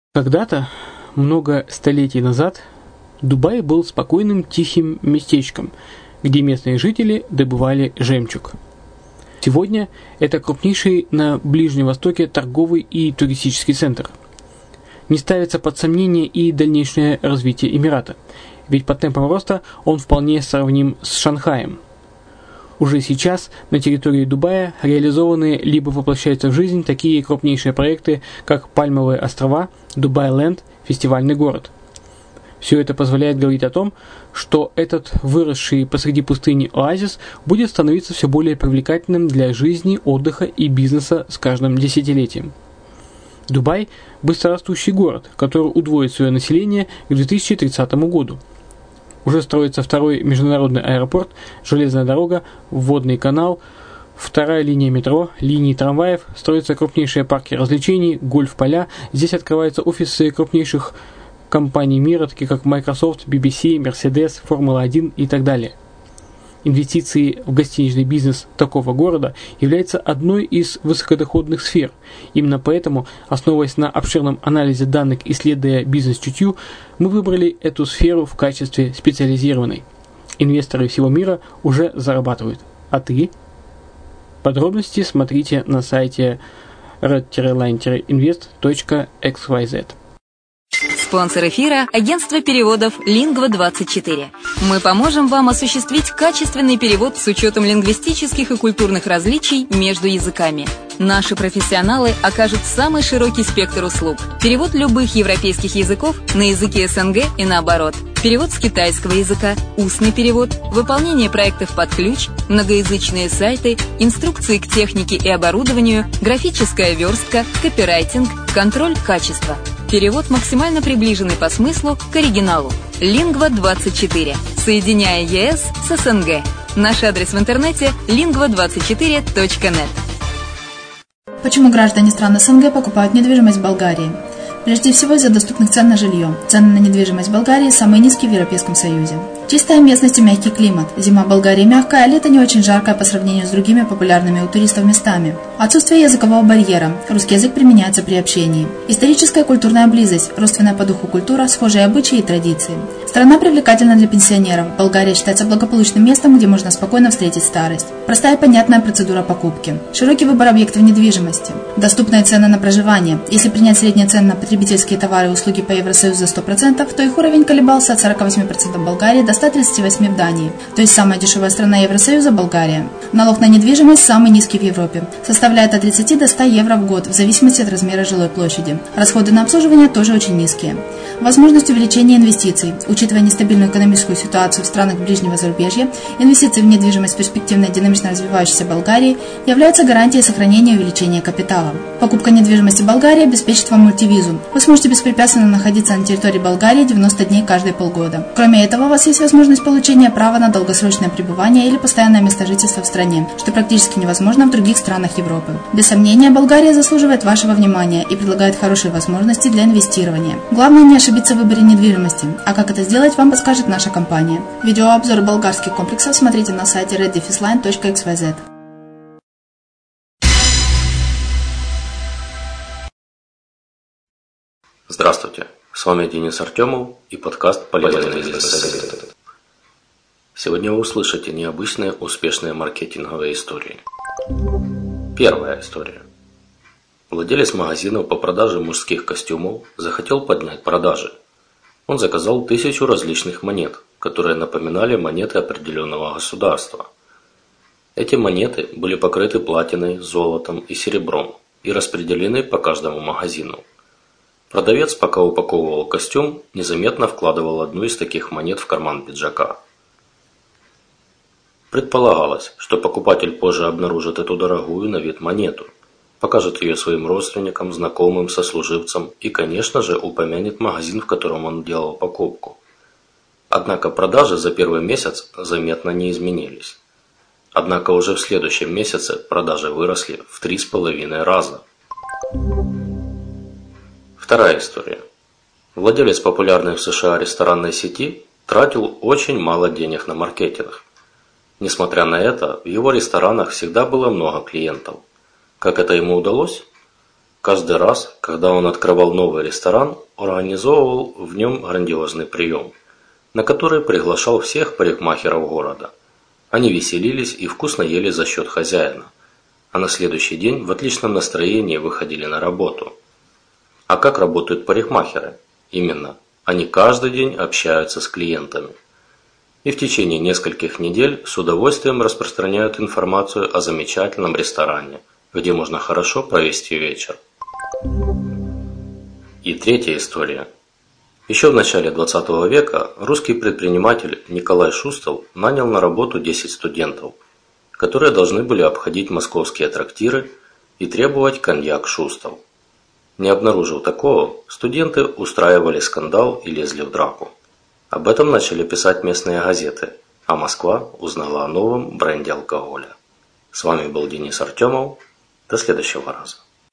Когда-то, много столетий назад, Дубай был спокойным тихим местечком, где местные жители добывали жемчуг. Сегодня это крупнейший на Ближнем Востоке торговый и туристический центр. Не ставится под сомнение и дальнейшее развитие Эмирата, ведь по темпам роста он вполне сравним с Шанхаем. Уже сейчас на территории Дубая реализованы либо воплощаются в жизнь такие крупнейшие проекты, как Пальмовые острова, Дубай-Ленд, фестивальный город. Все это позволяет говорить о том, что этот выросший посреди пустыни оазис будет становиться все более привлекательным для жизни, отдыха и бизнеса с каждым десятилетием. Дубай – быстрорастущий город, который удвоит свое население к 2030 году. Уже строится второй международный аэропорт, железная дорога, водный канал, вторая линия метро, линии трамваев, строятся крупнейшие парки развлечений, гольф-поля. Здесь открываются офисы крупнейших компаний мира, таких как Microsoft, BBC, Mercedes, Формула-1 и так далее. Инвестиции в гостиничный бизнес такого города являются одной из высокодоходных сфер. Именно поэтому, основываясь на обширном анализе данных, исследуя бизнес-чутью, мы выбрали эту сферу в качестве специализированной. Инвесторы всего мира уже зарабатывают. А ты? Подробности смотрите на сайте red-line-invest.xyz. Спонсор эфира – агентство переводов Lingva24. Мы поможем вам осуществить качественный перевод с учетом лингвистических и культурных различий между языками. Наши профессионалы окажут самый широкий спектр услуг. Перевод любых европейских языков на языки СНГ и наоборот. Перевод с китайского языка, устный перевод, выполнение проектов под ключ, многоязычные сайты, инструкции к технике и оборудованию, графическая верстка, копирайтинг, контроль качества. Перевод максимально приближенный по смыслу к оригиналу. Lingva24. Соединяя ЕС с СНГ. Наш адрес в интернете lingva24.net. Почему граждане стран СНГ покупают недвижимость в Болгарии? Прежде всего из-за доступных цен на жилье. Цены на недвижимость в Болгарии самые низкие в Европейском Союзе. Чистая местность и мягкий климат. Зима в Болгарии мягкая, а лето не очень жаркое по сравнению с другими популярными у туристов местами. Отсутствие языкового барьера. Русский язык применяется при общении. Историческая и культурная близость. Родственная по духу культура, схожие обычаи и традиции. Страна привлекательна для пенсионеров. Болгария считается благополучным местом, где можно спокойно встретить старость. Простая и понятная процедура покупки. Широкий выбор объектов недвижимости. Доступные цены на проживание. Если принять средние цены на потребительские товары и услуги по Евросоюзу за 100%, то их уровень колебался от 48% в Болгарии до 138% в Дании. То есть самая дешевая страна Евросоюза – Болгария. Налог на недвижимость самый низкий в Европе. Составляет от 30 до 100 евро в год, в зависимости от размера жилой площади. Расходы на обслуживание тоже очень низкие. Возможность увеличения инвестиций. Учитывая нестабильную экономическую ситуацию в странах ближнего зарубежья, инвестиции в недвижимость перспективной и динамично развивающейся Болгарии являются гарантией сохранения и увеличения капитала. Покупка недвижимости в Болгарии обеспечит вам мультивизу. Вы сможете беспрепятственно находиться на территории Болгарии 90 дней каждые полгода. Кроме этого, у вас есть возможность получения права на долгосрочное пребывание или постоянное место жительства в стране, что практически невозможно в других странах Европы. Без сомнения, Болгария заслуживает вашего внимания и предлагает хорошие возможности для инвестирования. Главное не ошибиться в выборе недвижимости, а как это сделать, вам подскажет наша компания. Видеообзор болгарских комплексов смотрите на сайте red-line.xyz. Здравствуйте, с вами Денис Артемов и подкаст «Полезные бизнес-советы». Сегодня вы услышите необычные успешные маркетинговые истории. Первая история. Владелец магазина по продаже мужских костюмов захотел поднять продажи. Он заказал 1000 различных монет, которые напоминали монеты определенного государства. Эти монеты были покрыты платиной, золотом и серебром и распределены по каждому магазину. Продавец, пока упаковывал костюм, незаметно вкладывал одну из таких монет в карман пиджака. Предполагалось, что покупатель позже обнаружит эту дорогую на вид монету, покажет ее своим родственникам, знакомым, сослуживцам и, конечно же, упомянет магазин, в котором он делал покупку. Однако продажи за первый месяц заметно не изменились. Однако уже в следующем месяце продажи выросли в 3,5 раза. Вторая история. Владелец популярной в США ресторанной сети тратил очень мало денег на маркетинг. Несмотря на это, в его ресторанах всегда было много клиентов. Как это ему удалось? Каждый раз, когда он открывал новый ресторан, организовывал в нем грандиозный прием, на который приглашал всех парикмахеров города. Они веселились и вкусно ели за счет хозяина, а на следующий день в отличном настроении выходили на работу. А как работают парикмахеры? Именно, они каждый день общаются с клиентами. И в течение нескольких недель с удовольствием распространяют информацию о замечательном ресторане, где можно хорошо провести вечер. И третья история. Еще в начале 20 века русский предприниматель Николай Шустал нанял на работу 10 студентов, которые должны были обходить московские трактиры и требовать коньяк Шустал. Не обнаружив такого, студенты устраивали скандал и лезли в драку. Об этом начали писать местные газеты, а Москва узнала о новом бренде алкоголя. С вами был Денис Артемов. До следующего раза.